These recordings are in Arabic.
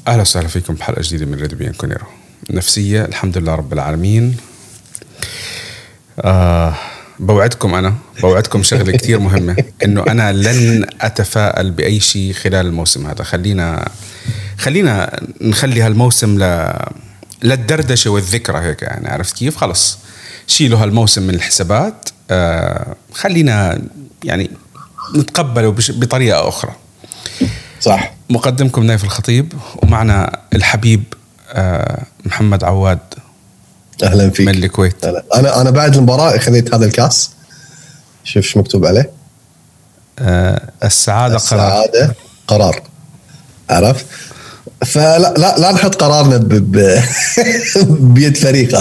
أهلا وسهلا فيكم بحلقة جديدة من راديو بيان كونيرو. نفسية الحمد لله رب العالمين. بوعدكم شغلة كتير مهمة، إنه أنا لن أتفائل بأي شيء خلال الموسم هذا. خلينا نخلي هالموسم للدردشة والذكرى هيك، يعني عرفت كيف؟ خلص شيلوا هالموسم من الحسابات. خلينا يعني نتقبله بطريقة أخرى. صح. مقدمكم نايف الخطيب، ومعنا الحبيب محمد عواد. أهلا فيك من الكويت. أنا بعد المباراة خذيت هذا الكاس. شوف شو مكتوب عليه. السعادة قرار. عرف؟ فلا نحط قرارنا بيد فريق.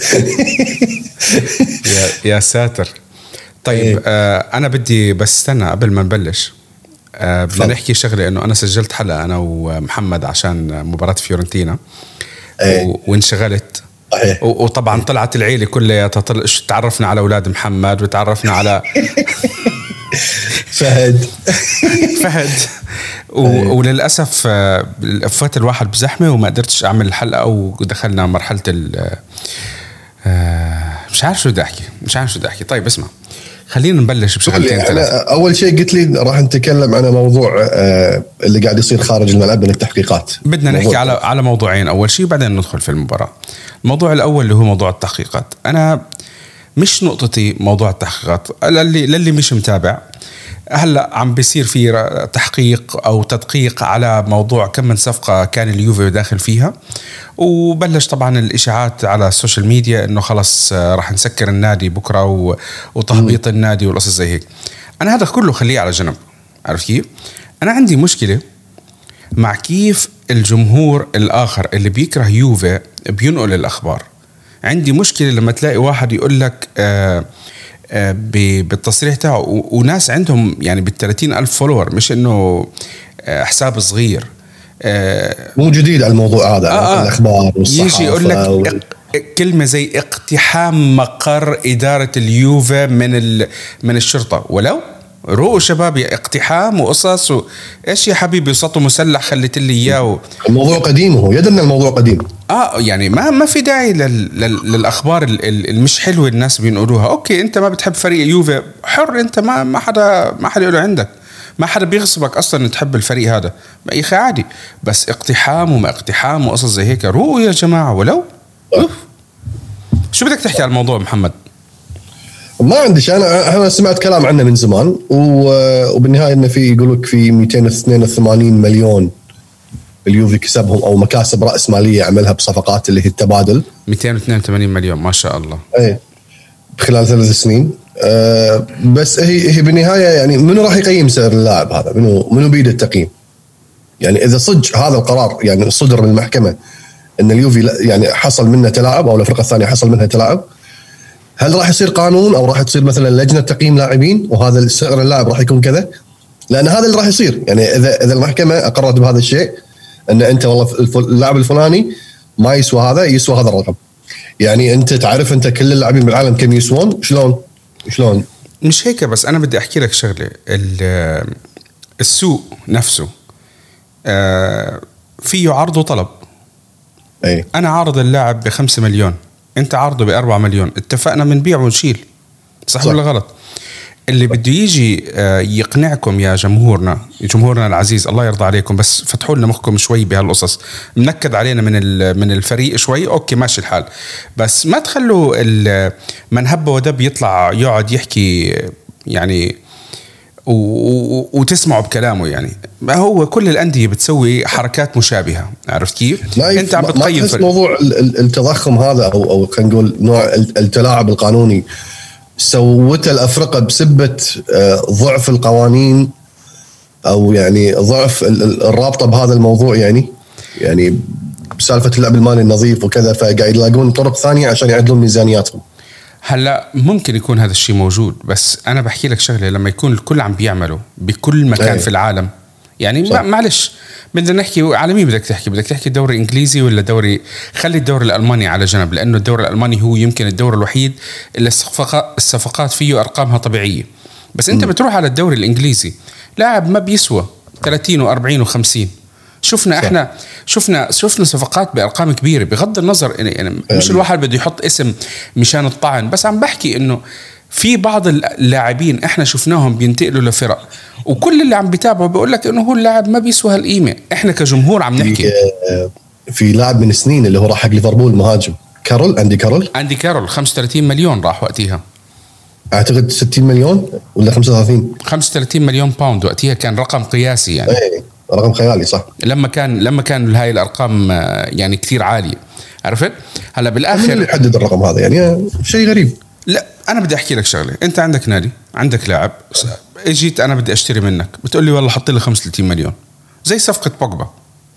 يا ساتر. طيب أنا بدي بس استنى قبل ما نبلش. بدنا نحكي شغلة، إنه أنا سجلت حلقة أنا ومحمد عشان مباراة فيورنتينا وانشغلت. وطبعا طلعت العيلة كلها تعرفنا على أولاد محمد وتعرفنا على فهد. وللأسف فات الواحد بزحمة وما قدرتش أعمل الحلقة، ودخلنا مرحلة مش عارف شو بدي أحكي. طيب اسمع، خلينا نبلش بشغلتين ثلاثة. أول شيء قلت لي راح نتكلم عن موضوع اللي قاعد يصير خارج الملعب من التحقيقات. بدنا نحكي على موضوعين أول شيء، بعدين ندخل في المباراة. الموضوع الأول اللي هو موضوع التحقيقات. أنا مش نقطتي موضوع التحقيقات، للي مش متابع، هلأ عم بيصير في تحقيق أو تدقيق على موضوع كم من صفقة كان اليوفي داخل فيها، وبلش طبعا الإشاعات على السوشيال ميديا إنه خلص راح نسكر النادي بكرة وتهبيط النادي والقصص زي هيك. أنا هذا كله خليه على جنب. عارف كيف؟ أنا عندي مشكلة مع كيف الجمهور الآخر اللي بيكره يوفي بينقل الأخبار. عندي مشكلة لما تلاقي واحد يقول لك بالتصريح تاعه، وناس عندهم يعني بال30,000 فولور، مش إنه حساب صغير. مو جديد على الموضوع هذا. الأخبار والصحافة يجي يقول لك كلمة زي اقتحام مقر إدارة اليوفي من الشرطة، ولو روقوا شباب، اقتحام وقصص ايش يا حبيبي، صوته مسلح خليت لي اياه. الموضوع قديم، هو يدنا الموضوع قديم. يعني ما في داعي للاخبار المش حلوه الناس بينقولوها. اوكي انت ما بتحب فريق يوفي، حر انت، ما حدا يقول عندك، ما حدا بيغصبك اصلا تحب الفريق هذا، يا اخي عادي. بس اقتحام وما اقتحام وقصص زي هيك، روقوا يا جماعه. ولو شو بدك تحكي على الموضوع محمد؟ ما عنديش. أنا سمعت كلام عنه من زمان، وبالنهاية إنه يقولك في 282 مليون اليوفي كسبهم، أو مكاسب رأس مالية عملها بصفقات اللي هي التبادل. 282 مليون ما شاء الله. بخلال 3 سنين. بس هي بالنهاية يعني منو راح يقيم سعر اللاعب هذا؟ منو بيد التقييم؟ يعني إذا صدق هذا القرار يعني صدر من المحكمة إن اليوفي يعني حصل منه تلاعب، أو الفرقة الثانية حصل منها تلاعب، هل راح يصير قانون، أو راح تصير مثلا لجنة تقييم لاعبين وهذا السعر اللاعب راح يكون كذا؟ لأن هذا اللي راح يصير. يعني إذا المحكمة أقررت بهذا الشيء، أن أنت والله اللاعب الفلاني ما يسوى هذا، يسوى هذا الرقم. يعني أنت تعرف أنت كل اللاعبين بالعالم كم يسوون؟ شلون؟ مش هيك. بس أنا بدي أحكي لك شغلة. السوق نفسه فيه عرض وطلب. أنا عارض اللاعب ب5 مليون، انت عارضه ب4 مليون، اتفقنا من بيع ونشيل. صح ولا غلط؟ اللي بده يجي يقنعكم يا جمهورنا العزيز، الله يرضى عليكم، بس فتحوا لنا مخكم شوي بهالقصص. منكد علينا من الفريق شوي، اوكي ماشي الحال، بس ما تخلوا من هب ودب يطلع يقعد يحكي يعني وتسمعوا بكلامه. يعني ما هو كل الأندية بتسوي حركات مشابهة. عرفت كيف؟ انت عم بتقيم موضوع التضخم هذا، او خلينا نقول نوع التلاعب القانوني سوته الأفرقة بسبة ضعف القوانين، او يعني ضعف الرابطة بهذا الموضوع. يعني بسالفة اللعب المالي النظيف وكذا، فقاعد يلاقون طرق ثانية عشان يعدلون ميزانياتهم. هلا ممكن يكون هذا الشيء موجود، بس أنا بحكي لك شغلة، لما يكون الكل عم بيعمله بكل مكان في العالم، يعني معلش بدنا نحكي على مين بدك تحكي الدوري الإنجليزي ولا خلي الدوري الألماني على جنب، لأنه الدوري الألماني هو يمكن الدوري الوحيد اللي الصفقات فيه أرقامها طبيعية. بس أنت بتروح على الدوري الإنجليزي، لاعب ما بيسوى 30 و40 و50، شفنا صح. احنا شفنا صفقات بارقام كبيره، بغض النظر يعني مش الواحد بده يحط اسم مشان الطعن، بس عم بحكي انه في بعض اللاعبين احنا شفناهم بينتقلوا لفرق، وكل اللي عم بيتابعوا بيقول لك انه هو اللاعب ما بيسوى هالقيمه. احنا كجمهور عم نحكي في لاعب من سنين اللي هو راح حق ليفربول مهاجم اندي كارول 35 مليون راح وقتها، اعتقد 60 مليون ولا 35 مليون باوند وقتها، كان رقم قياسي يعني. ايه رقم خيالي صح. لما كان هاي الارقام يعني كثير عاليه، عرفت؟ هلا بالاخر اللي يحدد الرقم هذا يعني شيء غريب. لا انا بدي احكي لك شغله، انت عندك نادي، عندك لاعب، اجيت انا بدي اشتري منك، بتقول لي والله حط لي 35 مليون، زي صفقه بوجبا.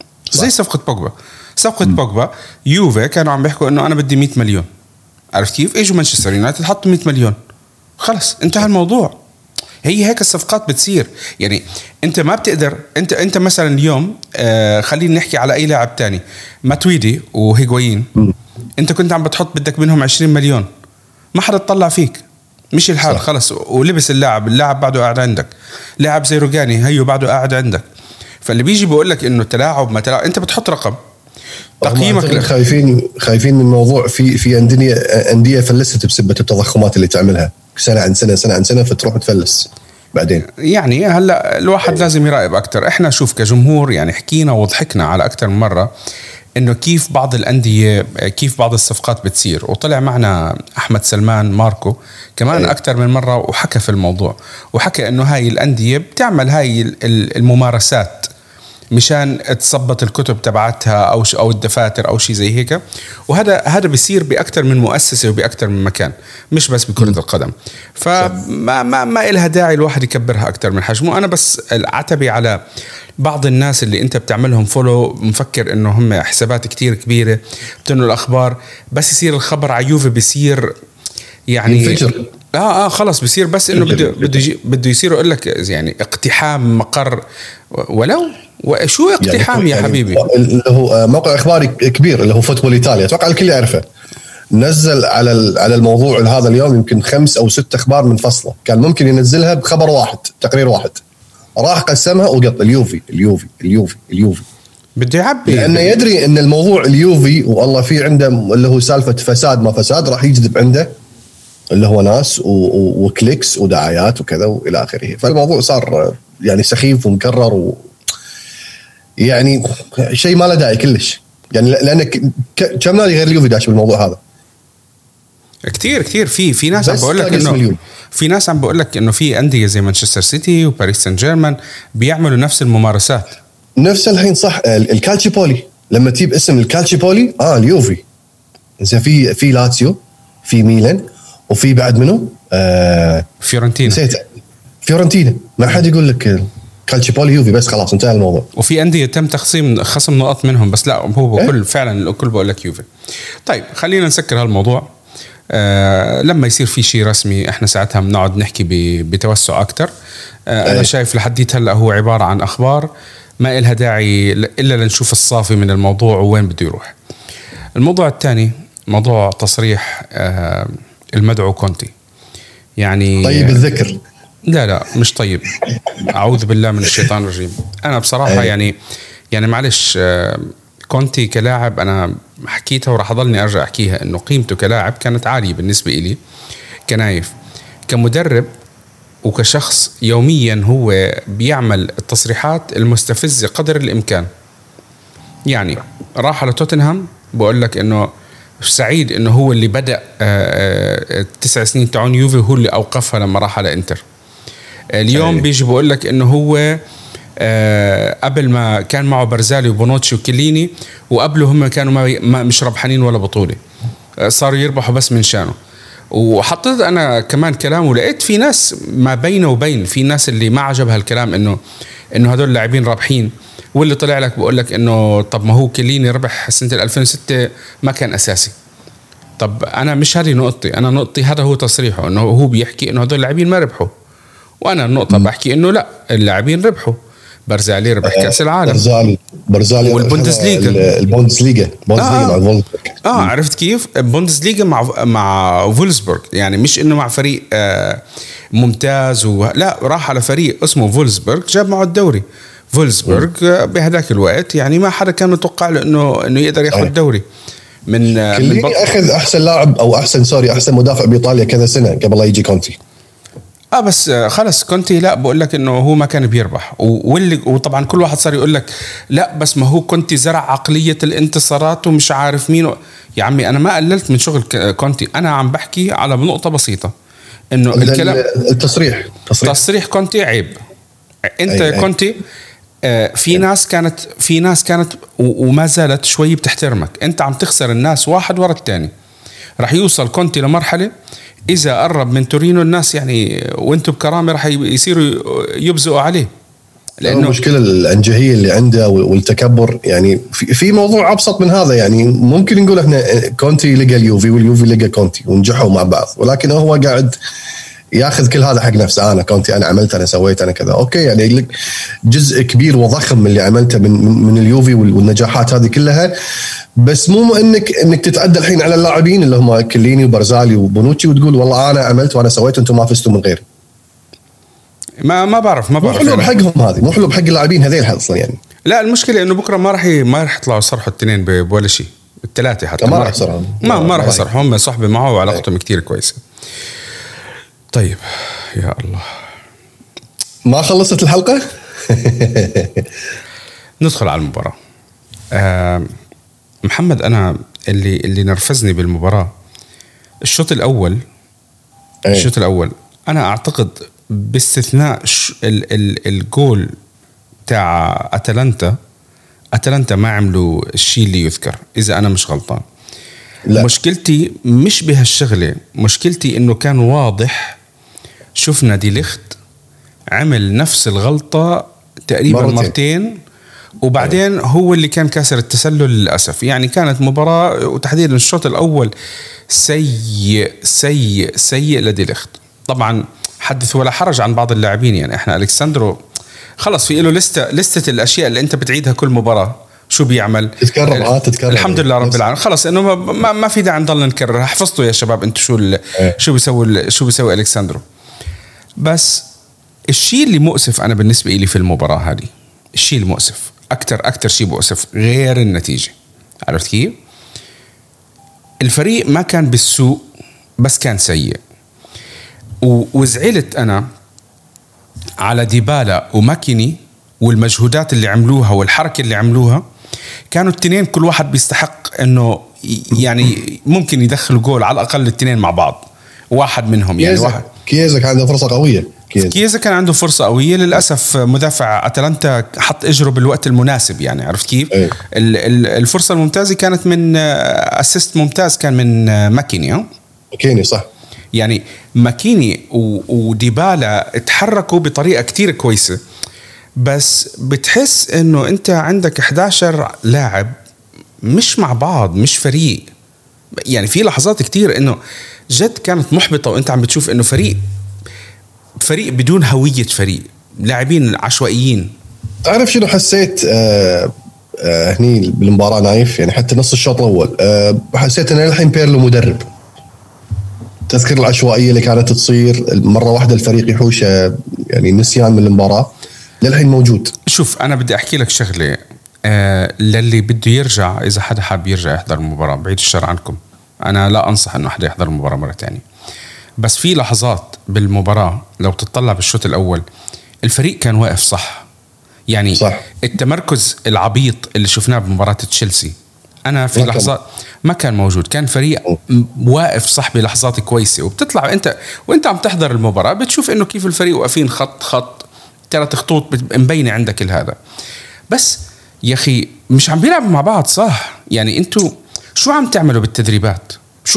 صفقه بوجبا يوفا كانوا عم بيحكوا انه انا بدي 100 مليون، عرفت كيف؟ اجوا مانشستر يونايتد حطوا 100 مليون، خلص انتهى الموضوع. هي هيك الصفقات بتصير يعني. انت ما بتقدر، انت مثلا اليوم خلينا نحكي على اي لاعب تاني، ماتويدي وهيغوين، انت كنت عم بتحط بدك منهم 20 مليون، ما حدا تطلع فيك، مش الحال صح. خلص ولبس اللاعب بعده قاعد عندك. لاعب زي روجاني هيو بعده قاعد عندك. فاللي بيجي بيقول لك انه تلاعب ما تلاعب، انت بتحط رقم تقييمك. خايفين من موضوع في انديه فلست بسبب التضخمات اللي تعملها سنه عن سنه فتروح تفلس بعدين. يعني هلا الواحد لازم يراقب اكثر. احنا شوف كجمهور يعني حكينا وضحكنا على اكثر من مره انه كيف بعض الانديه، كيف بعض الصفقات بتصير، وطلع معنا احمد سلمان ماركو كمان اكثر من مره وحكى في الموضوع، وحكى انه هاي الانديه بتعمل هاي الممارسات مشان تثبط الكتب تبعتها او الدفاتر او شيء زي هيك. وهذا بيصير باكثر من مؤسسه وباكثر من مكان، مش بس بكره القدم. فما لها داعي الواحد يكبرها اكثر من حجمه. انا بس العتبي على بعض الناس اللي انت بتعملهم فولو مفكر انه هم حسابات كتير كبيره بتنقل الاخبار، بس يصير الخبر على يوفي بيصير يعني ينفجر. خلص بيصير بس انه بده يصير يقول لك يعني اقتحام مقر، ولو وشو اقتحام يعني يا حبيبي. اللي هو موقع اخباري كبير اللي هو فوتبول ايطاليا، اتوقع الكل يعرفه، نزل على الموضوع هذا اليوم يمكن 5 أو 6 اخبار منفصله، كان ممكن ينزلها بخبر واحد، تقرير واحد، راح قسمها وقط اليوفي بده يعبي، لانه يدري ان الموضوع اليوفي والله في عنده اللي هو سالفه فساد ما فساد، راح يجذب عنده اللي هو ناس وكليكس ودعايات وكذا والى اخره. فالموضوع صار يعني سخيف ومكرر يعني شيء ما له داعي كلش يعني، لانك كم نادي غير اليوفي داش بالموضوع هذا كتير. في ناس عم بقول لك انه في ناس عم بقول لك انه في انديه زي مانشستر سيتي وباريس سان جيرمان بيعملوا نفس الممارسات. نفس الحين صح الكالتشيبولي، لما تجيب اسم الكالتشيبولي اليوفي، زين في لاتسيو، في ميلان، وفي بعد منه فيورنتينا ما حد يقول لك كالتشيبولي يوفي، بس خلاص انتهى الموضوع. وفي أندية تم خصم نقاط منهم، بس لا هو كل فعلا الكل بقول لك يوفي. طيب خلينا نسكر هالموضوع. لما يصير في شيء رسمي احنا ساعتها بنقعد نحكي بتوسع اكتر. انا شايف لحديت هلا هو عبارة عن اخبار ما إلها داعي الا لنشوف الصافي من الموضوع وين بده يروح. الموضوع الثاني موضوع تصريح المدعو كونتي. يعني طيب الذكر، لا مش طيب، أعوذ بالله من الشيطان الرجيم. أنا بصراحة يعني معلش، كونتي كلاعب أنا حكيتها وراح أضلني أرجع أحكيها، إنه قيمته كلاعب كانت عالية بالنسبة إلي كنايف. كمدرب وكشخص يوميا هو بيعمل التصريحات المستفزة قدر الإمكان. يعني راح على توتنهام بقول لك إنه سعيد إنه هو اللي بدأ 9 سنين تعون يوفي، هو اللي أوقفها لما راح على إنتر. اليوم بيجي بقول لك إنه هو قبل ما كان معه برزالي وبونوتشي وكليني، وقبله هم كانوا ما مش ربحانين ولا بطولة، صاروا يربحوا بس من شانه. وحطيت أنا كمان كلام، ولقيت في ناس ما بينه وبين في ناس اللي ما عجبها الكلام إنه هذول اللاعبين رابحين، واللي طلع لك بقول لك إنه طب ما هو كليني ربح سنة 2006 ما كان أساسي. طب أنا مش هذه نقطتي، أنا نقطتي هذا هو تصريحه إنه هو بيحكي إنه هذول اللاعبين ما ربحوا، وأنا النقطة بحكي إنه لا اللاعبين ربحوا. برزالي ربح كأس العالم، برزالي والبوندسليغا، البوندسليغا مع فولسبورغ. عرفت كيف؟ البوندسليغا مع فولسبورغ، يعني مش إنه مع فريق ممتاز لا، راح على فريق اسمه فولسبورغ جاب معه الدوري. فولسبورغ بهذاك الوقت يعني ما حدا كان متوقع له انه يقدر ياخذ الدوري من اخذ احسن لاعب او احسن مدافع بايطاليا كذا سنه قبل لا يجي كونتي. بس خلص كونتي لا بقول لك انه هو ما كان بيربح وطبعا كل واحد صار يقول لك لا بس ما هو كونتي زرع عقلية الانتصارات ومش عارف مين يا عمي انا ما قللت من شغل كونتي، انا عم بحكي على نقطة بسيطة انه الكلام تصريح كونتي عيب. انت أي كونتي في ناس كانت وما زالت شوي بتحترمك، انت عم تخسر الناس واحد ورا الثاني. رح يوصل كونتي لمرحلة إذا قرب من تورينو الناس يعني وانتم بكرامة رح يصيروا يبزقوا عليه، لأنه المشكلة الأنجهية اللي عنده والتكبر. يعني في موضوع أبسط من هذا، يعني ممكن نقول إحنا كونتي لقى اليوفي واليوفي لقى كونتي ونجحوا مع بعض، ولكن هو قاعد ياخذ كل هذا حق نفسه. أنا كونتي أنا عملت أنا سويت أنا كذا، أوكي يعني جزء كبير وضخم من اللي عملته من اليوفي والنجاحات هذه كلها، بس مو انك تتعدى الحين على اللاعبين اللي هم كليني وبرزالي وبونوتشي وتقول والله انا عملت وانا سويت وانتم ما فزتوا من غيري. ما بعرف مو حلو بحقهم هذه، مو حلو بحق اللاعبين هذيل اصلا يعني. لا المشكله انه بكره ما راح يطلعوا يصرحوا الاثنين بولا شيء، الثلاثه حتى ما راح يصرحوا، ما راح يصرحوا. هم صحبه معه وعلاقتهم كتير كويسه. طيب يا الله ما خلصت الحلقه. ندخل على المباراه. محمد أنا اللي نرفزني بالمباراة الشوط الأول. الشوط الأول أنا أعتقد باستثناء الجول تاع أتلانتا ما عملوا الشيء اللي يذكر إذا أنا مش غلطان. لا. مشكلتي مش بهالشغلة، مشكلتي إنه كان واضح شفنا دي ليخت عمل نفس الغلطة تقريبا مرتين وبعدين هو اللي كان كاسر التسلل للأسف. يعني كانت مباراة وتحديدا الشوط الأول سيء لدي ليخت. طبعا حدث ولا حرج عن بعض اللاعبين، يعني احنا ألكساندرو خلص في له لستة الأشياء اللي انت بتعيدها كل مباراة شو بيعمل تتكرر. الحمد لله رب العالمين. خلص انه ما في داعي نضل نكررها، حفظتوا يا شباب انتوا شو بيسوي ألكساندرو. بس الشيء اللي مؤسف أنا بالنسبة لي في المباراة هذه، الشيء المؤسف أكتر شيء مؤسف غير النتيجة. عرفت كيف؟ الفريق ما كان بالسوء بس كان سيء. وزعلت أنا على ديبالا وماكيني والمجهودات اللي عملوها والحركة اللي عملوها. كانوا التنين كل واحد بيستحق إنه يعني ممكن يدخلوا جول على الأقل التنين مع بعض، واحد منهم يعني واحد. كيزا كان عنده فرصة قوية. كيزا كان عنده فرصة قوية، للأسف مدافع أتلانتا حط إجره بالوقت المناسب. يعني عرفت كيف؟ الفرصة الممتازة كانت من أسيست ممتاز كان من ماكيني. صح. يعني ماكيني وديبالا اتحركوا بطريقة كتير كويسة، بس بتحس إنه أنت عندك 11 لاعب مش مع بعض، مش فريق. يعني في لحظات كتير إنه جد كانت محبطة، وأنت عم بتشوف إنه فريق بدون هوية، فريق لاعبين عشوائيين. تعرف شنو حسيت هني بالمباراة نايف؟ يعني حتى نص الشوط الأول حسيت أن الحين بيرلو مدرب. تذكر العشوائية اللي كانت تصير مرة واحدة الفريق يحوش يعني نسيان من المباراة للحين موجود. شوف أنا بدي أحكي لك شغلة للي بده يرجع، إذا حدا حاب يرجع يحضر المباراة، بعيد الشر عنكم، أنا لا أنصح أنه حدا يحضر المباراة مرة تانية. بس في لحظات بالمباراة لو تطلع بالشوط الأول الفريق كان واقف صح. يعني صح. التمركز العبيط اللي شفناه بمباراة تشيلسي أنا في لحظات ما كان موجود. كان فريق واقف صح بلحظات كويسة، وبتطلع وانت عم تحضر المباراة بتشوف إنه كيف الفريق واقفين خط 3 خطوط مبينة عندك هذا. بس يا أخي مش عم بيلعبوا مع بعض صح. يعني انتوا شو عم تعملوا بالتدريبات؟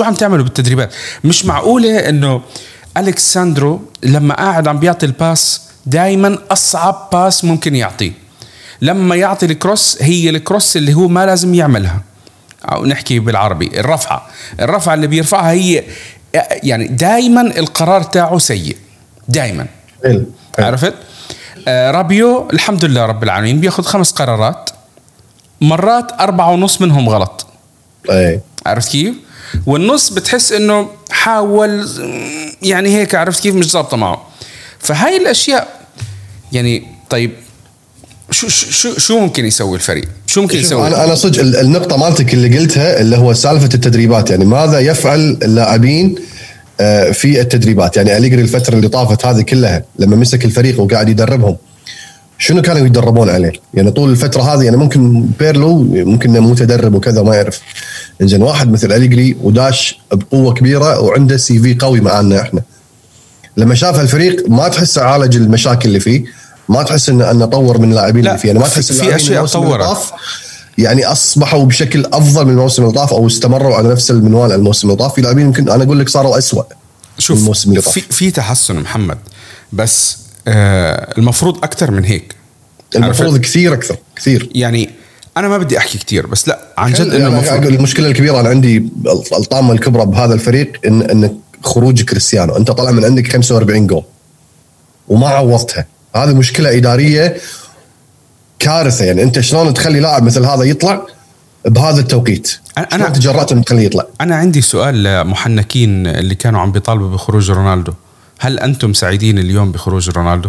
مش معقولة انه ألكساندرو لما قاعد عم بيعطي الباس دايما أصعب باس ممكن يعطيه. لما يعطي الكروس هي الكروس اللي هو ما لازم يعملها، أو نحكي بالعربي الرفعة اللي بيرفعها هي يعني دايما القرار تاعه سيء دايما. عرفت؟ رابيو الحمد لله رب العالمين بياخد 5 قرارات، مرات 4.5 منهم غلط. عرفت كيف؟ والنص بتحس انه حاول يعني هيك، عرفت كيف، مش ضابطه معه. فهاي الاشياء يعني طيب شو ممكن يسوي الفريق؟ شو ممكن يسوي؟ انا صدق النقطه مالتك اللي قلتها اللي هو سالفه التدريبات، يعني ماذا يفعل اللاعبين في التدريبات؟ يعني أليجري الفتره اللي طافت هذه كلها لما مسك الفريق وقاعد يدربهم شنو كانوا يدربون عليه؟ يعني طول الفتره هذه يعني ممكن بيرلو ممكن متدرب وكذا ما يعرف، انزين واحد مثل أليجري وداش بقوه كبيره وعنده سي في قوي معنا احنا، لما شاف الفريق ما تحس عالج المشاكل اللي فيه، ما تحس انه طور من اللاعبين اللي فيه، يعني ما تحس في اشياء طورت، يعني اصبحوا بشكل افضل من الموسم اللي طاف او استمروا على نفس المنوال الموسم اللي طاف. في لاعبين يمكن انا اقول لك صاروا اسوء. شوف الموسم اللي طاف في تحسن محمد، بس المفروض اكثر من هيك، المفروض كثير اكثر كثير. يعني انا ما بدي احكي كثير بس لا عن جد انه المفروض. المشكله الكبيره انا عندي الطامه الكبرى بهذا الفريق ان خروج كريستيانو، انت طلع من عندك 45 جول وما عوضتها، هذه مشكله اداريه كارثه. يعني انت شلون تخلي لاعب مثل هذا يطلع بهذا التوقيت؟ انا تجرأت ان تخليه يطلع. انا عندي سؤال لمحنكين اللي كانوا عم بيطالبوا بخروج رونالدو، هل انتم سعيدين اليوم بخروج رونالدو؟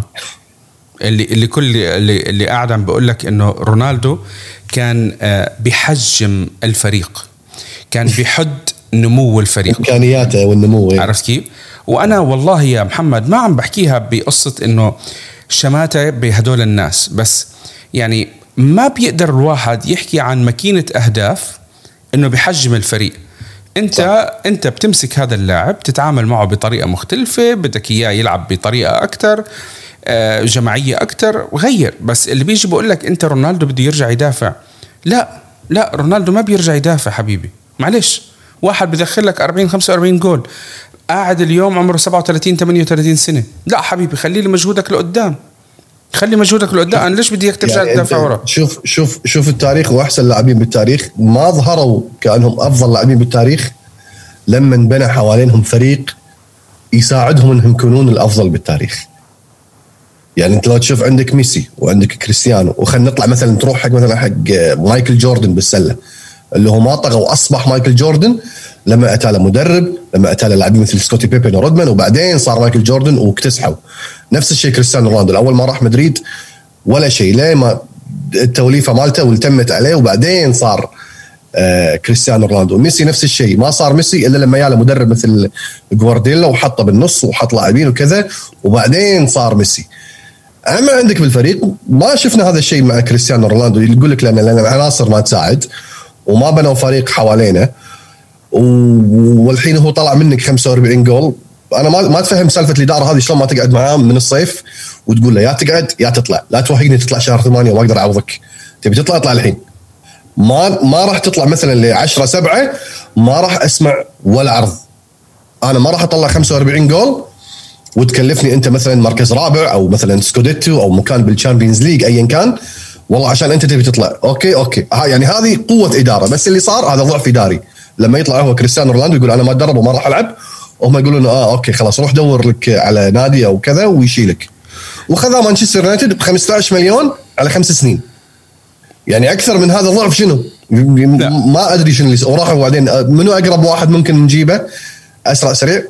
اللي قاعد عم بقول لك انه رونالدو كان بحجم الفريق، كان بحد نمو الفريق، امكانياته والنمو، عرفت كيف؟ وانا والله يا محمد ما عم بحكيها بقصه انه شماته بهدول الناس، بس يعني ما بيقدر الواحد يحكي عن ماكينه اهداف انه بحجم الفريق. انت بتمسك هذا اللاعب تتعامل معه بطريقه مختلفه، بدك اياه يلعب بطريقه اكثر جماعيه اكثر وغير. بس اللي بيجي بقول لك انت رونالدو بده يرجع يدافع، لا رونالدو ما بيرجع يدافع حبيبي، معلش. واحد بدخل لك 40-45 جول قاعد اليوم عمره 37-38 سنة، لا حبيبي خلي لي مجهودك لقدام، خلي مجهودك لقدام. أنا ليش بدي ترجع يعني تدافع ورا؟ شوف التاريخ، واحسن لاعبين بالتاريخ ما ظهروا كأنهم افضل لاعبين بالتاريخ لما بنى حوالينهم فريق يساعدهم انهم يكونون الافضل بالتاريخ. يعني انت لو تشوف عندك ميسي وعندك كريستيانو، وخلينا نطلع مثلا تروح حق مايكل جوردن بالسله اللي هو ما طغى واصبح مايكل جوردن لما اتى له مدرب، لما اتى له لاعبين مثل سكوتي بيبن ورودمان، وبعدين صار مايكل جوردن واكتسحوا. نفس الشيء كريستيانو رونالدو، الاول ما راح مدريد ولا شيء، ليه ما التوليفه مالته والتمت عليه وبعدين صار كريستيانو رونالدو. ميسي نفس الشيء، ما صار ميسي الا لما جاله مدرب مثل جوارديولا وحطه بالنص وحط لاعبين وكذا وبعدين صار ميسي. اما عندك بالفريق ما شفنا هذا الشيء مع كريستيانو رونالدو، يقول لك لان العناصر ما تساعد وما بنوا فريق حوالينا، والحين هو طلع منك 45 جول. انا ما تفهم سالفه الاداره هذه شلون ما تقعد معاه من الصيف وتقول له يا تقعد يا تطلع، لا توهقني تطلع شهر 8 وما اقدر اعوضك، تبي تطلع اطلع الحين. ما راح تطلع مثلا ل10/7 ما راح اسمع ولا عرض. انا ما راح اطلع 45 جول وتكلفني انت مثلا مركز رابع او مثلا سكوديتو او مكان بالشامبيونز ليج ايا كان، والله عشان انت تبي تطلع. اوكي يعني هذه قوه اداره. بس اللي صار هذا ضعف اداري، لما يطلع هو كريستيانو رونالدو يقول انا ما اتدرب وما راح العب، وهم يقولون اوكي خلاص روح دور لك على نادي او كذا ويشيلك. وخذا مانشستر يونايتد ب 15 مليون على 5 سنين. يعني اكثر من هذا ضعف شنو؟ ما ادري شنو اللي وراح. وبعدين منو اقرب واحد ممكن نجيبه اسرع سريع؟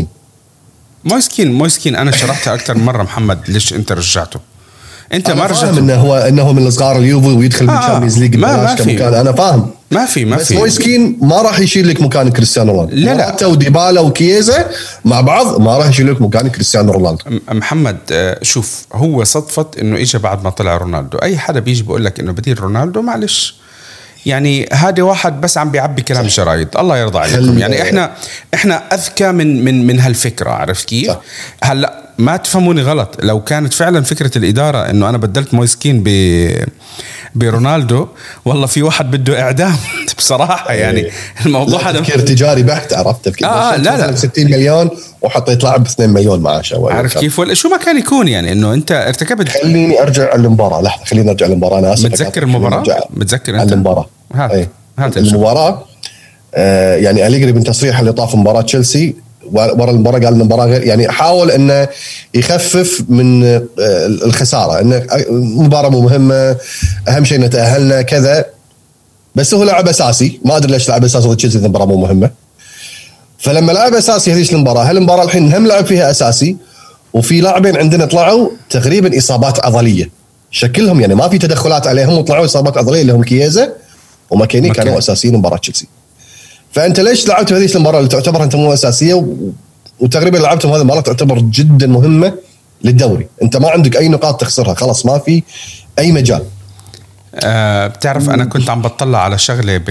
مويسكين انا شرحتها اكثر من مره محمد. ليش انت رجعته؟ انت ما رجعته انه من الصغار اليوفي ويدخل بالشامبيونز ليج ما في. انا فاهم ما في بس مويسكين ما راح يشيل لك مكان كريستيانو رونالدو. لا وديبالا وكييزا مع بعض ما راح يشيل لك مكان كريستيانو رونالدو. محمد شوف، هو صدفت انه اجى بعد ما طلع رونالدو. اي حدا بيجي بيقول لك انه بديل رونالدو، معلش يعني هذا واحد بس عم بيعبي كلام شرايط. الله يرضى عليكم. يعني احنا اذكى من هالفكره، عرفت كيف؟ هلا ما تفهموني غلط، لو كانت فعلا فكره الاداره انه انا بدلت مويسكين برونالدو، والله في واحد بده اعدام بصراحه. يعني الموضوع هذا تفكير تجاري بحت، عرفت تفكير لا 60 مليون وحطيت لاعب ب 2 مليون معاشه، عارف كيف؟ ولا شو ما كان يكون. يعني انه انت ارتكبت. خليني ارجع للمباراه. لحظه خليني نرجع للمباراه. انا اسف. متذكر المباراه؟ متذكر انت المباراه؟ المباراه يعني أليجري من تصريح اللي طاف مباراه تشيلسي ورا المباراه قال المباراه غير، يعني حاول انه يخفف من الخساره، انه مباراه مو مهمه، اهم شيء نتاهلنا كذا. بس هو لاعب اساسي، ما ادري ليش لاعب اساسي ضد تشيلسي المباراه مو مهمه. فلما لاعب اساسي هذيش المباراه، هالمباراه الحين هم لاعب فيها اساسي، وفي لاعبين عندنا طلعوا تقريبا اصابات عضليه. شكلهم يعني ما في تدخلات عليهم وطلعوا اصابات عضليه اللي هم كييزا وماكيني كانوا اساسيين مباراه تشيلسي. فانت ليش لعبت هذه المباراه اللي تعتبر انت مو اساسيه وتقريبا لعبتهم هذه المباراه تعتبر جدا مهمه للدوري؟ انت ما عندك اي نقاط تخسرها، خلاص ما في اي مجال. بتعرف انا كنت عم بطلع على شغله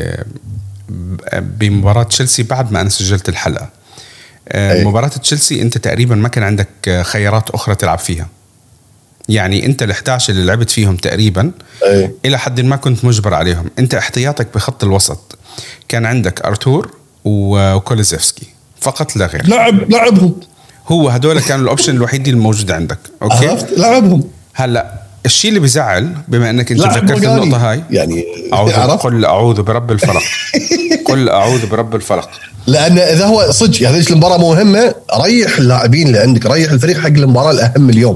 بمباراه تشيلسي بعد ما انا سجلت الحلقه. مباراه تشيلسي انت تقريبا ما كان عندك خيارات اخرى تلعب فيها، يعني انت ال11 اللي لعبت فيهم تقريبا الى حد ما كنت مجبر عليهم. انت احتياطك بخط الوسط كان عندك ارتور وكوليزيفسكي فقط لا غير. لعبهم هو هدول كانوا الاوبشن الوحيد اللي موجود عندك. اوكي لعبهم. هلا الشيء اللي بيزعل بما انك انت ذكرت النقطه هاي يعني قل اعوذ برب الفلق قل اعوذ برب الفلق، لان اذا هو صدق يعني المباراه مهمه ريح اللاعبين اللي عندك، ريح الفريق حق المباراه الاهم اليوم.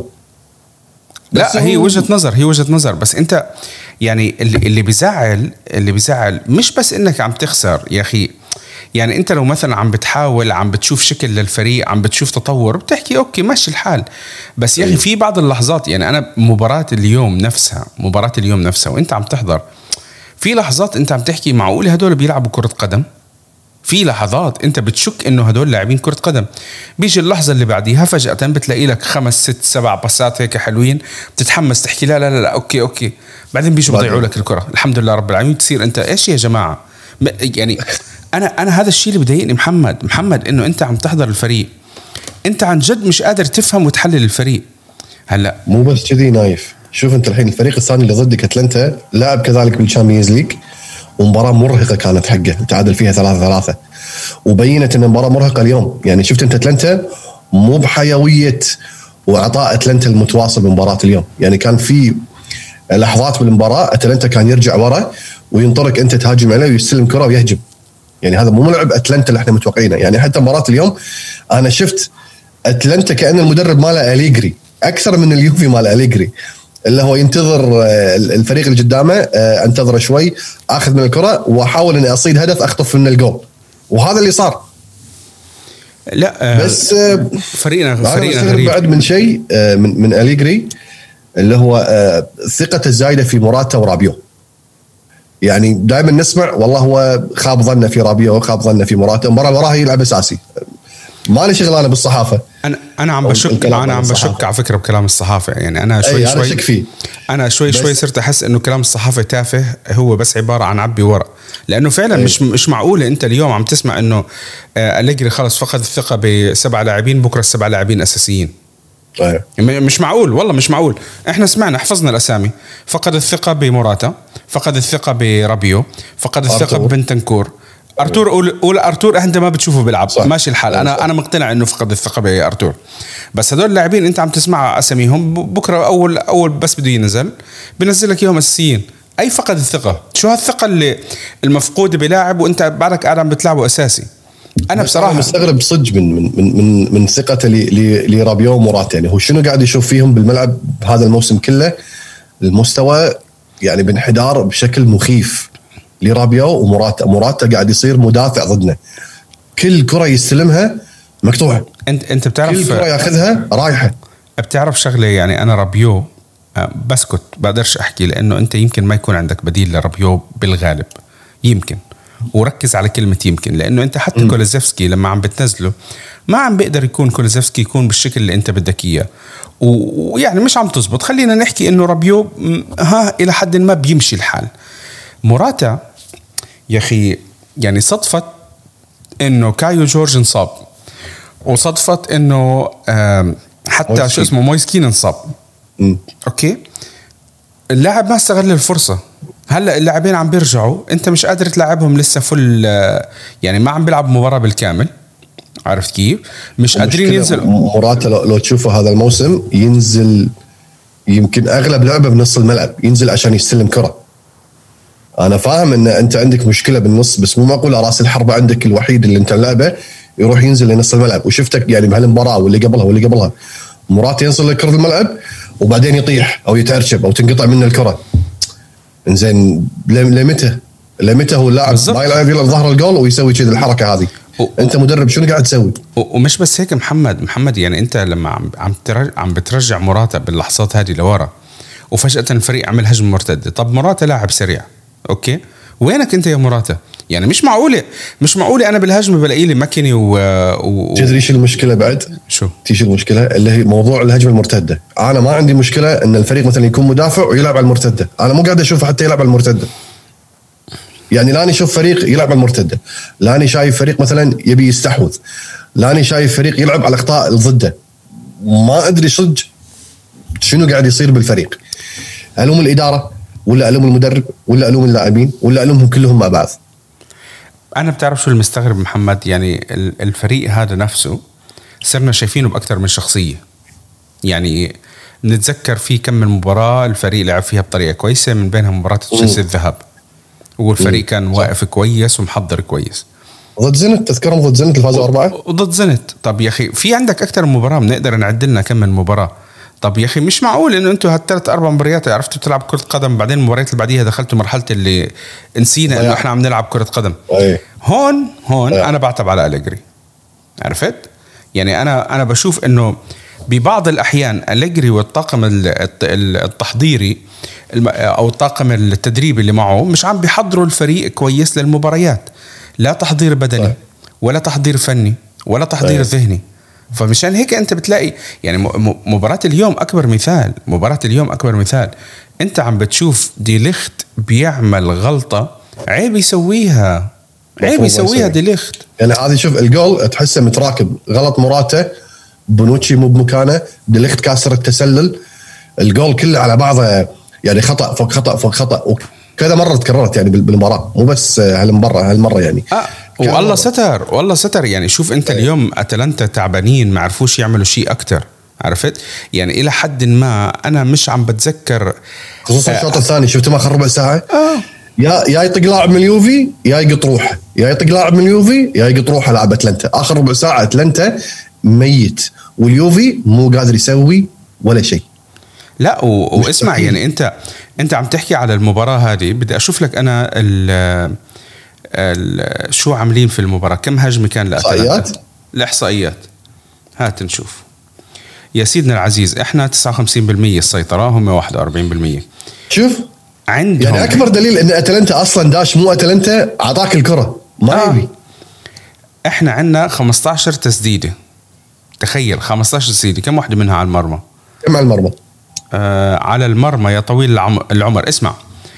لا هي وجهه نظر بس انت يعني اللي بيزعل مش بس انك عم تخسر يا اخي. يعني انت لو مثلا عم بتحاول عم بتشوف شكل للفريق عم بتشوف تطور بتحكي اوكي ماشي الحال، بس يا اخي في بعض اللحظات يعني انا مباراة اليوم نفسها وانت عم تحضر في لحظات انت عم تحكي معقول هدول بيلعبوا كرة قدم؟ في لحظات انت بتشك انه هدول لاعبين كرة قدم. بيجي اللحظة اللي بعديها فجأة بتلاقي لك 5 6 7 باصات هيك حلوين بتتحمس تحكي لا لا لا, لا اوكي بعدين بيجوا بيضيعوا لك الكرة. الحمد لله رب العالمين. تصير انت ايش يا جماعة يعني انا هذا الشيء اللي بضايقني محمد انه انت عم تحضر الفريق انت عن جد مش قادر تفهم وتحلل الفريق. هلا مو بس كذي نايف، شوف انت الحين الفريق الثاني اللي ضدك اتلانتا لاعب كذلك بالشامبيونز ليج ومباراة مرهقة كانت حقه تعادل فيها 3-3 وبينت ان المباراة مرهقة اليوم. يعني شفت انت اتلانتا مو بحيوية وعطاء اتلانتا المتواصل بمباراة اليوم. يعني كان في لحظات بالمباراة اتلانتا كان يرجع ورا وينطرك انت تهاجم عليه ويستلم كرة ويهجم. يعني هذا مو ملعب اتلانتا اللي احنا متوقعينه. يعني حتى مباراة اليوم انا شفت اتلانتا كأن المدرب ماله أليجري اكثر من اليوفي ماله أليجري، اللي هو ينتظر الفريق اللي قدامه انتظره شوي اخذ من الكرة واحاول اني اصيد هدف اخطف من الجول، وهذا اللي صار. لا بس فريقنا غريب بعد من شيء من أليجري اللي هو ثقة الزايدة في موراتا ورابيو. يعني دائما نسمع والله هو خاب ظنه في رابيو خاب ظنه في موراتا، المباراة اللي وراها يلعب اساسي. ما لي شغل انا بالصحافه. انا عم بشك على فكره بكلام الصحافه. يعني انا شوي صرت احس انه كلام الصحافه تافه، هو بس عباره عن عبي ورق. لانه فعلا مش معقوله انت اليوم عم تسمع انه أليجري خلص فقد الثقه ب7 لاعبين، بكره ال7 لاعبين اساسيين. مش معقول والله مش معقول. احنا سمعنا حفظنا الاسامي، فقد الثقه بموراتا، فقد الثقه برابيو، فقد الثقه ببنتنكور. ارتور انت ما بتشوفه بيلعب ماشي الحال. انا مقتنع انه فقد الثقه بارتور، بس هذول اللاعبين انت عم تسمع اساميهم بكره اول بس بده ينزل بنزل لك اياهم اساسيين. اي فقد الثقه؟ شو هالثقه اللي المفقوده بلاعب وانت بعدك قاعد عم بتلعبه اساسي؟ انا بصراحه مستغرب صدق من ثقته لرابيو وموراتا. يعني هو شنو قاعد يشوف فيهم بالملعب هذا الموسم كله؟ المستوى يعني بانحدار بشكل مخيف لرابيو وموراتا قاعد يصير مدافع ضدنا. كل كرة يستلمها مقطوعة، انت بتعرف كل كرة ياخذها رايحة. بتعرف شغلة يعني انا رابيو بسكت بقدرش احكي لانه انت يمكن ما يكون عندك بديل لرابيو بالغالب، يمكن وركز على كلمة يمكن، لانه انت حتى كولوزيفسكي لما عم بتنزله ما عم بيقدر يكون كولوزيفسكي يكون بالشكل اللي انت بدك اياه، ويعني مش عم تزبط. خلينا نحكي انه رابيو الى حد ما بيمشي الحال. موراتا يا أخي يعني صدفت إنه كايو جورج انصاب، وصدفت إنه حتى شو اسمه مويسكين انصاب. أوكي اللاعب ما استغل الفرصة. هلأ اللاعبين عم بيرجعوا، أنت مش قادر تلعبهم لسه فل، يعني ما عم بيلعب مباراة بالكامل. عرفت كيف؟ مش قادرين ينزل. موراتا لو تشوفوا هذا الموسم ينزل يمكن أغلب لعبه بنص الملعب، ينزل عشان يستلم كرة. أنا فاهم إن أنت عندك مشكلة بالنص، بس مو معقول رأس الحربة عندك الوحيد اللي أنت لعبه يروح ينزل لنص الملعب. وشفتك يعني بهالمباراة واللي قبلها مرات ينزل لكرة الملعب وبعدين يطيح أو يتأرشب أو تنقطع منه الكرة. إنزين لمتى هو اللاعب ما يلعب يلا ظهر الجول ويسوي كذا الحركة هذه؟ أنت مدرب شنو قاعد تسوي؟ ومش بس هيك محمد يعني أنت لما عم بترجع مراتا باللحظات هذه لورا وفجأة الفريق عمل هجمة مرتدة. طب موراتا لاعب سريع، اوكي، وينك انت يا موراتا؟ يعني مش معقولة انا بالهجمة بلاقي لي ماكيني تدري ايش المشكلة بعد؟ شو تيجي المشكلة اللي هي موضوع الهجمة المرتدة. انا ما عندي مشكلة ان الفريق مثلا يكون مدافع ويلعب على المرتدة، انا مو قاعد اشوفه حتى يلعب على المرتدة. يعني لاني اشوف فريق يلعب على المرتدة، لاني شايف فريق مثلا يبي يستحوذ، لاني شايف فريق يلعب على اخطاء ضده. ما ادري صدق شنو قاعد يصير بالفريق. الوم الاداره ولا الوم المدرب ولا الوم اللاعبين ولا الومهم كلهم مع بعض؟ انا بتعرف شو المستغرب محمد؟ يعني الفريق هذا نفسه صرنا شايفينه باكثر من شخصيه. يعني نتذكر في كم من مباراه الفريق لعب فيها بطريقه كويسه، من بينها مباراه تشيلسي الذهب، والفريق كان واقف كويس ومحضر كويس. ضد زنت، تذكرهم ضد زنت الفازوا 4 وضد زنت. طب يا اخي في عندك اكثر من مباراه بنقدر نعد لنا كم من مباراه. طب يا اخي مش معقول انه انتم هالثلاث 4 مباريات عرفتوا تلعب كره قدم، بعدين المباريات اللي بعديها دخلتوا مرحله اللي نسينا انه احنا عم نلعب كره قدم. هون انا بعتب على أليجري، عرفت؟ يعني انا بشوف انه ببعض الاحيان أليجري والطاقم التحضيري او الطاقم التدريبي اللي معه مش عم بيحضروا الفريق كويس للمباريات. لا تحضير بدني ولا تحضير فني ولا تحضير ذهني. فمشان هيك انت بتلاقي يعني مباراة اليوم اكبر مثال. انت عم بتشوف دي ليخت بيعمل غلطة عيب يسويها دي ليخت. يعني هذه شوف الجول تحسه متراكب، غلط موراتا، بونوتشي مو بمكانه، دي ليخت كاسر التسلل، الجول كله على بعضه يعني خطأ فوق خطأ فوق خطأ، وكذا مرة تكررت يعني بالمباراة، مو بس هالمرة يعني. والله ستر يعني. شوف انت اليوم اتلانتا تعبانين، ما عرفوش يعملوا شيء اكتر، عرفت؟ يعني الى حد ما انا مش عم بتذكر، خصوصا الشوط الثاني شفت ما اخر ربع ساعة يا يطق لاعب من اليوفي يا يقط روحه، يا يطق لاعب من اليوفي يا يقط روحه لاعب اتلانتا. اخر ربع ساعة اتلانتا ميت واليوفي مو قادر يسوي ولا شيء. لا واسمع يعني انت عم تحكي على المباراة هذه، بدي اشوف لك انا شو عاملين في المباراة، كم هجمة كان لأتلانتا، الإحصائيات هات نشوف يا سيدنا العزيز. احنا 59% السيطرة، هم 41%. شوف عندهم يعني أكبر دليل إن أتلانتا أصلا داش مو أتلانتا عطاك الكرة ما يبي. احنا عندنا 15 تسديدة، تخيل 15 تسديدة، كم واحدة منها على المرمى؟ كم على المرمى؟ على المرمى يا طويل العمر. اسمع،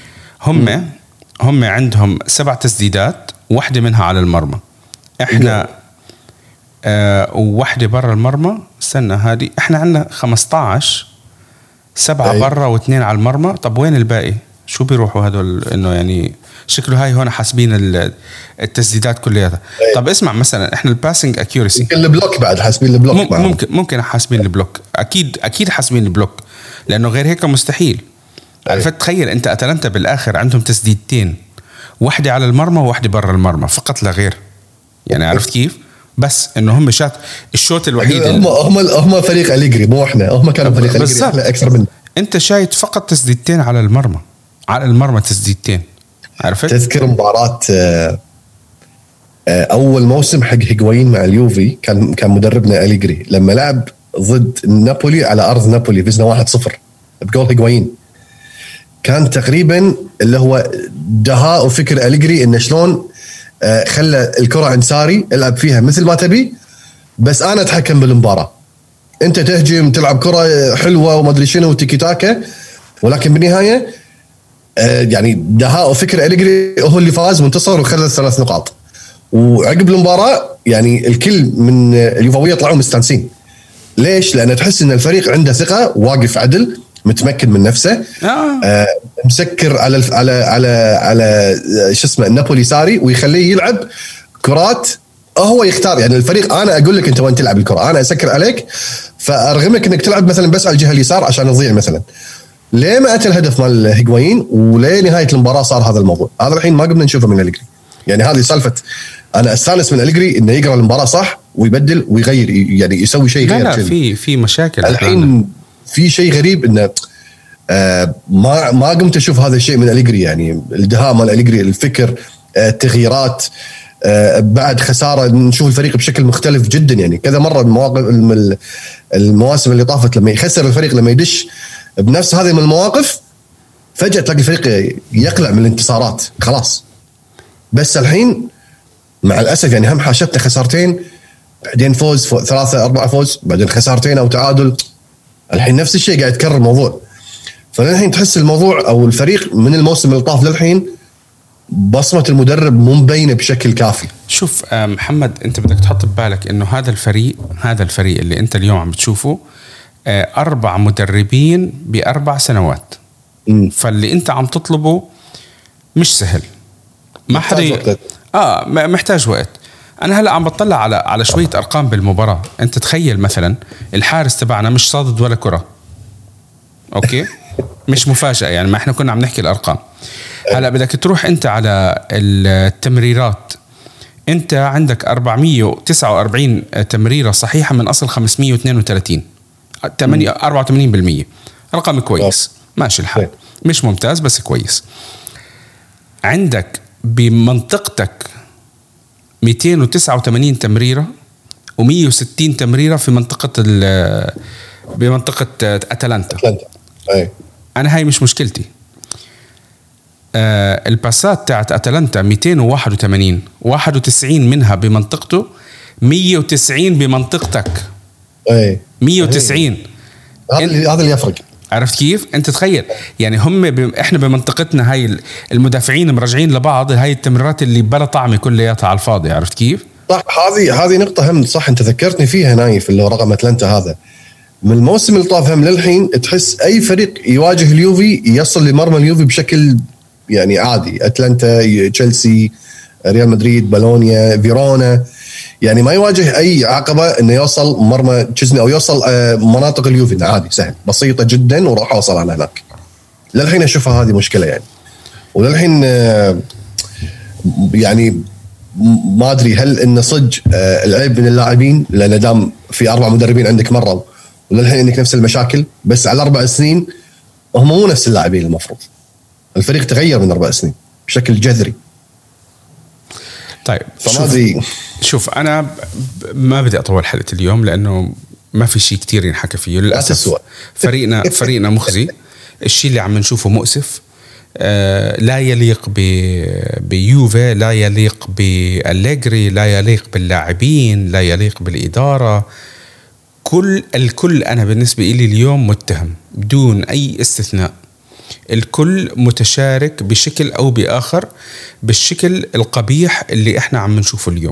هم عندهم 7 تسديدات، واحدة منها على المرمى. احنا وواحدة برا المرمى. استنى هذه احنا عندنا 15، 7 برا و2 على المرمى. طب وين الباقي؟ شو بيروحوا هدول؟ انه يعني شكله هاي هون حاسبين التسديدات كلها. طب اسمع مثلا احنا الباسنج اكيورسي، البلوك بعد حاسبين البلوك، ممكن حاسبين البلوك، اكيد حاسبين البلوك، لانه غير هيك مستحيل. عرفت؟ تخيل انت اتلانتا بالاخر عندهم تسديدتين، واحدة على المرمى وواحدة برا المرمى فقط لا غير. يعني عرفت كيف؟ بس انه هم الشوط الوحيد هم فريق أليجري مو احنا، هم كانوا فريق أليجري احنا اكثر منه. انت شايف فقط تسديدتين على المرمى تسديدتين. عرفت؟ تذكر مباراة اول موسم حق هيغوايين مع اليوفي، كان مدربنا أليجري لما لعب ضد نابولي على ارض نابولي، فزنا 1-0 بجول هيغوايين. كان تقريبا اللي هو دهاء وفكر أليجري إنه شلون خلى الكرة عند ساري العب فيها مثل ما تبي، بس أنا أتحكم بالمباراة، أنت تهجم تلعب كرة حلوة وما أدري شنو وتيكي تاكا، ولكن بالنهاية يعني دهاء وفكر أليجري هو اللي فاز وانتصر وخلى 3 نقاط. وعقب المباراة يعني الكل من اليوفوية طلعوا مستانسين. ليش؟ لأن تحس إن الفريق عنده ثقة، واقف عدل، متمكن من نفسه، مسكر على شو اسمه نابولي ساري، ويخليه يلعب كرات هو يختار. يعني الفريق انا اقول لك انت وين تلعب الكره، انا اسكر عليك فارغمك انك تلعب مثلا بس على الجهه اليسار عشان تضيع مثلا. ليه ما اتى الهدف مال هيغوايين وليه نهايه المباراه صار هذا الموضوع؟ هذا الحين ما قمنا نشوفه من أليجري. يعني هذه سالفه انا استانس من أليجري انه يقرا المباراه صح ويبدل ويغير، يعني يسوي شيء غير. لا في مشاكل الحين في شيء غريب انه ما قمت اشوف هذا الشيء من أليجري. يعني الدهاء مال أليجري، الفكر، التغييرات، بعد خساره نشوف الفريق بشكل مختلف جدا. يعني كذا مره المواسم اللي طافت لما يخسر الفريق، لما يدش بنفس هذه من المواقف فجأة تلاقي الفريق يقلع من الانتصارات خلاص. بس الحين مع الأسف يعني هم حاشتنا خسارتين بعدين فوز 3-4 فوز بعدين خسارتين أو تعادل. الحين نفس الشيء قاعد يتكرر الموضوع. فالحين تحس الموضوع أو الفريق من الموسم اللي طاف للحين بصمة المدرب مو مبينة بشكل كافي. شوف محمد، أنت بدك تحط ببالك إنه هذا الفريق اللي أنت اليوم عم بتشوفه 4 مدربين ب4 سنوات. فاللي أنت عم تطلبه مش سهل. ما حدا محتاج وقت. أنا هلأ عم بطلع على شوية أرقام بالمباراة. أنت تخيل مثلا الحارس تبعنا مش صادد ولا كرة. أوكي مش مفاجأة يعني، ما إحنا كنا عم نحكي الأرقام. هلأ بدك تروح أنت على التمريرات. أنت عندك 449 تمريرة صحيحة من أصل 532، 84%. رقم كويس ماشي الحال، مش ممتاز بس كويس. عندك بمنطقتك 289 تمريرة و160 تمريرة في بمنطقة أتلانتا. أنا هاي مش مشكلتي. الباسات تاعت أتلانتا 281، 91 منها بمنطقته، 190 بمنطقتك. 190. هذا اللي يفرق. عرفت كيف؟ انت تخيل يعني احنا بمنطقتنا هاي المدافعين مرجعين لبعض، هاي التمريرات اللي بلا طعمه كلياتها على الفاضي. عرفت كيف؟ صح. هذه نقطة هم صح انت ذكرتني فيها نايف، اللي رقم أتلانتا هذا من الموسم اللي طاف هم للحين تحس اي فريق يواجه اليوفي يصل لمرمى اليوفي بشكل يعني عادي. أتلانتا، تشيلسي، ريال مدريد، بالونيا، فيرونا، يعني ما يواجه اي عقبه انه يوصل مرمى تشيزني او يوصل مناطق اليوفي. عادي سهل بسيطه جدا وراح اوصل على هناك. للحين اشوفها هذه مشكله يعني. وللحين يعني ما ادري هل ان صج العيب من اللاعبين، لان دام في 4 مدربين عندك مره وللحين عندك نفس المشاكل، بس على 4 سنين هم مو نفس اللاعبين. المفروض الفريق تغير من 4 سنين بشكل جذري. طيب شوف أنا ما بدي أطول حلقة اليوم لأنه ما في شيء كتير ينحكى فيه للأسف. فريقنا مخزي. الشيء اللي عم نشوفه مؤسف. لا يليق بيوفي، لا يليق بأليغري، لا يليق باللاعبين، لا يليق بالإدارة. الكل أنا بالنسبة إلي اليوم متهم بدون أي استثناء. الكل متشارك بشكل أو بآخر بالشكل القبيح اللي إحنا عم نشوفه اليوم.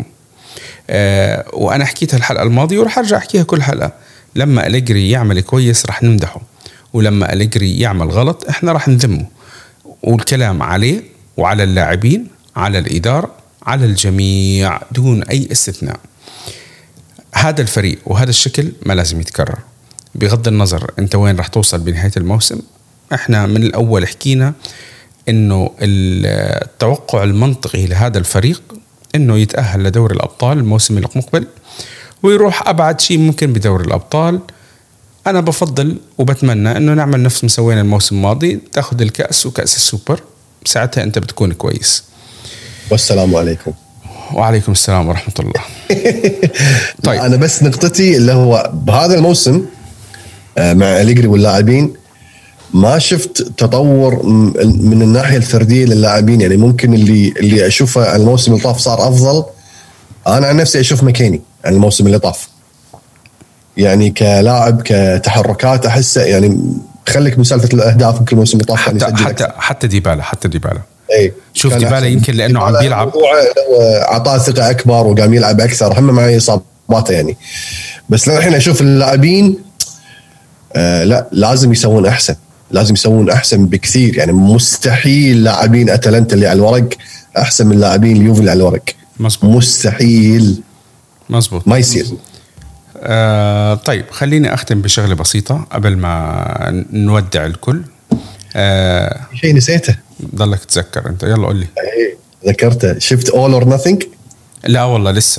وأنا حكيتها الحلقة الماضية ورح أرجع أحكيها كل حلقة. لما أليغري يعمل كويس رح نمدحه، ولما أليغري يعمل غلط إحنا رح نذمه. والكلام عليه وعلى اللاعبين، على الإدارة، على الجميع دون أي استثناء. هذا الفريق وهذا الشكل ما لازم يتكرر. بغض النظر أنت وين رح توصل بنهاية الموسم. احنا من الأول حكينا انه التوقع المنطقي لهذا الفريق انه يتأهل لدوري الأبطال الموسم المقبل ويروح أبعد شيء ممكن بدوري الأبطال. أنا بفضل وبتمنى انه نعمل نفس ما سوينا الموسم الماضي، تاخذ الكأس وكأس السوبر، ساعتها انت بتكون كويس. والسلام عليكم. وعليكم السلام ورحمة الله. طيب أنا بس نقطتي اللي هو بهذا الموسم مع أليغري واللاعبين ما شفت تطور من الناحية الفردية للاعبين. يعني ممكن اللي أشوفه على الموسم اللي طاف صار أفضل. أنا عن نفسي أشوف مكاني على الموسم اللي طاف، يعني كلاعب كتحركات أحسه يعني خليك مسالفة الأهداف ممكن الموسم اللي طاف حتى ديبالا أي شوف ديبالا يمكن لأنه عم بيلعب عطاه ثقة أكبر وقام يلعب أكثر هم معي إصاباته يعني. بس الحين أشوف اللاعبين لا لازم يسوون أحسن بكثير. يعني مستحيل لاعبين أتلانتا اللي على الورق أحسن من لاعبين اليوفي اللي على الورق. مزبوط. مستحيل. مزبوط. ما يصير. طيب خليني أختم بشغلة بسيطة قبل ما نودع الكل. شيء نسيته ضلك تذكر أنت، يلا قول لي. ذكرته. شفت all or nothing؟ لا والله لسه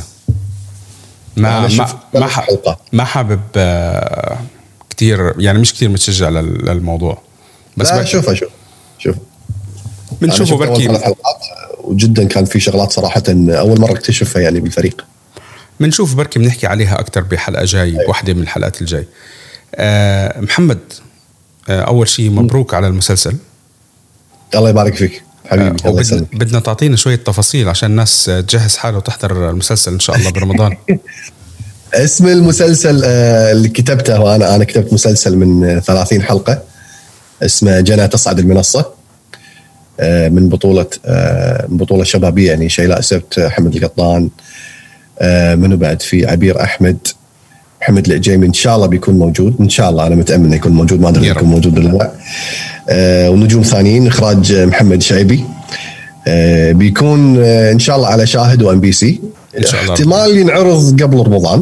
ما حابب كتير يعني مش كتير متشجع للموضوع. بس لا شوف بنشوفه بركي. وجدا كان في شغلات صراحة أول مرة اكتشفها يعني بالفريق. بنشوف بركي بنحكي عليها أكتر بحلقة جاي. واحدة من الحلقات الجاي. محمد اول شيء مبروك على المسلسل. الله يبارك فيك حبيبي. الله يسلمك. بدنا تعطينا شويه تفاصيل عشان الناس تجهز حالها وتحضر المسلسل ان شاء الله برمضان. اسم المسلسل اللي كتبته، وانا كتبت مسلسل من 30 حلقه اسمه جنى تصعد المنصه، من بطوله شبابيه يعني شيلاء سبت، حمد القطان، منو بعد في عبير احمد، محمد العجيمي. ان شاء الله بيكون موجود، ان شاء الله انا متامل انه يكون موجود، ما ادري يكون موجود ولا لا. ونجوم ثانيين اخراج محمد شعيبي. بيكون ان شاء الله على شاهد وام بي سي. احتمال ينعرض قبل رمضان،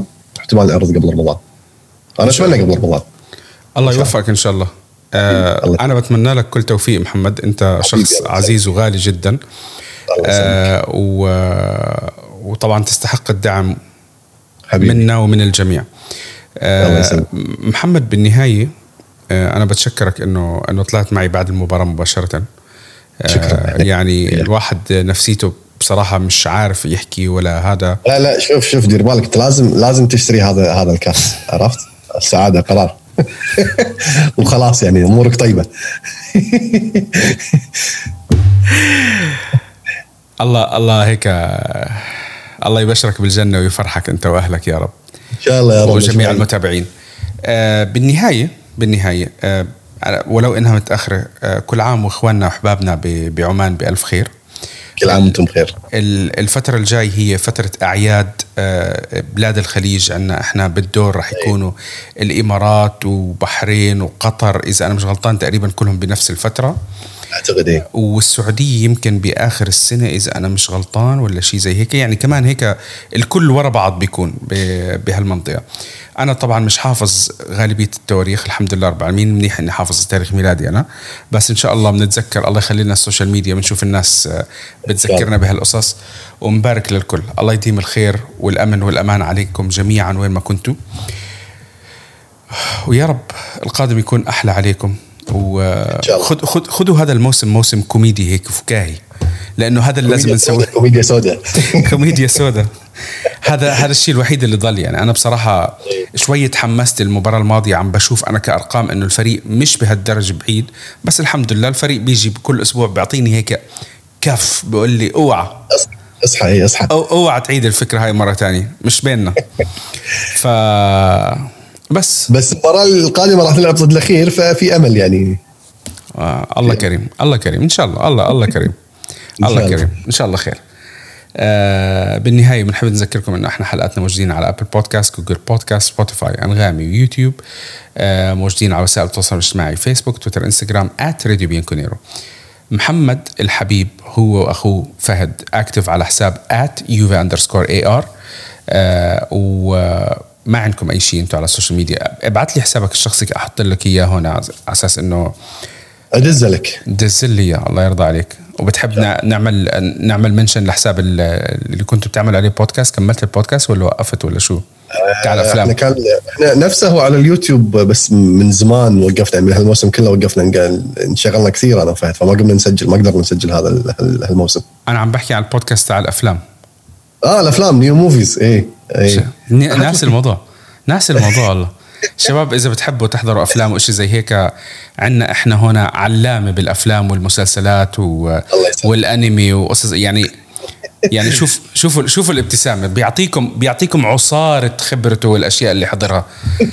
انا اتمنى قبل رمضان. الله يوفقك ان شاء الله. انا بتمنى لك كل توفيق محمد، انت شخص عزيز وغالي جدا. وطبعا تستحق الدعم حبيبي. منا ومن الجميع. محمد بالنهاية أنا بتشكرك إنه طلعت معي بعد المباراة مباشرة. شكرا. يعني الواحد نفسيته بصراحة مش عارف يحكي ولا هذا. لا شوف دير بالك، لازم تشتري هذا الكاس، عرفت؟ السعادة قرار. وخلاص يعني أمورك طيبة. الله هيك، الله يبشرك بالجنة ويفرحك أنت وأهلك يا رب إن شاء الله يا رب، وجميع المتابعين. بالنهاية ولو إنها متأخرة، كل عام وإخواننا وأحبابنا بعمان بألف خير. كل عام وانتم بخير. الفترة الجاي هي فترة أعياد بلاد الخليج. عنا إحنا بالدور رح يكونوا الإمارات وبحرين وقطر، إذا أنا مش غلطان تقريبا كلهم بنفس الفترة أعتقد إيه. والسعودية يمكن بآخر السنة إذا أنا مش غلطان، ولا شيء زي هيك يعني. كمان هيك الكل ورا بعض بيكون بهالمنطقة. أنا طبعا مش حافظ غالبية التواريخ، الحمد لله رب العالمين، منيح إني حافظ تاريخ ميلادي أنا، بس إن شاء الله بنتذكر. الله يخلينا السوشيال ميديا بنشوف الناس بتذكرنا بهالقصص. ومبارك للكل، الله يديم الخير والأمن والأمان عليكم جميعا وين ما كنتوا، ويا رب القادم يكون أحلى عليكم. وخذوا هذا الموسم موسم كوميدي هيك فكاهي، لأنه هذا اللي لازم نسويه. كوميديا سوداء. كوميديا سوداء. هذا الشيء الوحيد اللي ضل. يعني أنا بصراحة شوية تحمست المباراة الماضية، عم بشوف أنا كأرقام إنه الفريق مش بهالدرجة بعيد، بس الحمد لله الفريق بيجي بكل أسبوع بيعطيني هيك كف، بيقول لي اوعى اصحى اوعى تعيد الفكرة هاي مرة تانية، مش بيننا. بس المباراة القادمة راح نلعب ضد الأخير، ففي أمل يعني. الله كريم إن شاء الله. الله كريم. الله كريم إن شاء الله خير. بالنهاية بنحب نذكركم إنه إحنا حلقاتنا موجودين على أبل بودكاست، جوجل بودكاست، سبوتيفاي، أنغامي، ويوتيوب. موجودين على وسائل التواصل الاجتماعي فيسبوك، تويتر، إنستغرام @راديو بيانكونيرو. محمد الحبيب هو وأخوه فهد أكتف على حساب @uva_AR. وما عندكم أي شيء أنتوا على السوشيال ميديا، ابعت لي حسابك الشخصي أحط لك إياه هنا على أساس إنه دزل لي. الله يرضى عليك. وبتحب نعمل منشن لحساب اللي كنت بتعمل عليه بودكاست؟ كملت البودكاست ولا وقفت ولا شو؟ تعال أفلام. احنا نفسه على اليوتيوب، بس من زمان وقفنا، من هالموسم كله وقفنا، انشغلنا كثير انا وفهد، فما قمنا نسجل، ما قدرنا نسجل هذا الموسم. انا عم بحكي عن البودكاست تاع الافلام. الافلام نيو موفيز. ايه ناس الموضوع الله شباب، إذا بتحبوا تحضروا أفلام وإشي زي هيك، عنا إحنا هنا علامة بالأفلام والمسلسلات والأنمي وقصص يعني شوفوا الابتسامة، بيعطيكم عصارة خبرته والأشياء اللي حضرها.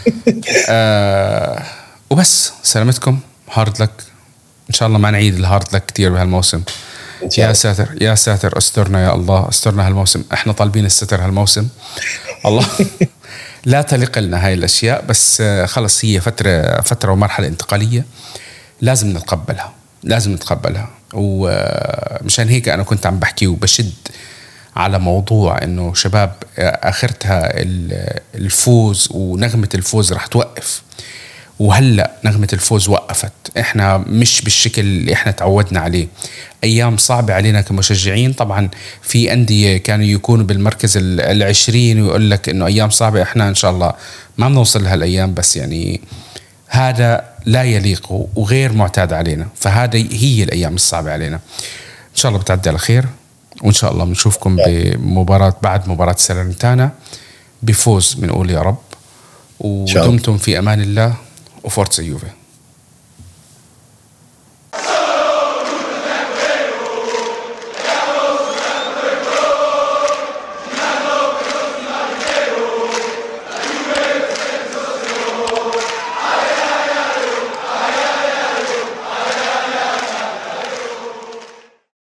وبس سلامتكم. هارد لك إن شاء الله، ما نعيد الهارد لك كتير بهالموسم. يا ساتر استرنا يا الله، استرنا هالموسم، إحنا طالبين الستر هالموسم. الله لا تلق لنا هاي الأشياء، بس خلص هي فترة ومرحلة انتقالية لازم نتقبلها. ومشان هيك أنا كنت عم بحكي وبشد على موضوع إنه شباب آخرتها الفوز، ونغمة الفوز رح توقف. وهلأ نغمة الفوز وقفت، إحنا مش بالشكل اللي إحنا تعودنا عليه. أيام صعبة علينا كمشجعين. طبعا في أندية كانوا يكونوا بالمركز 20 ويقول لك إنه أيام صعبة. إحنا إن شاء الله ما بنوصل لهالأيام، بس يعني هذا لا يليق وغير معتاد علينا، فهذا هي الأيام الصعبة علينا. إن شاء الله بتعدي على خير، وإن شاء الله بنشوفكم بعد مباراة سالرنتانا بفوز، بنقول يا رب. ودمتم في أمان الله، وفورتزا يوفي.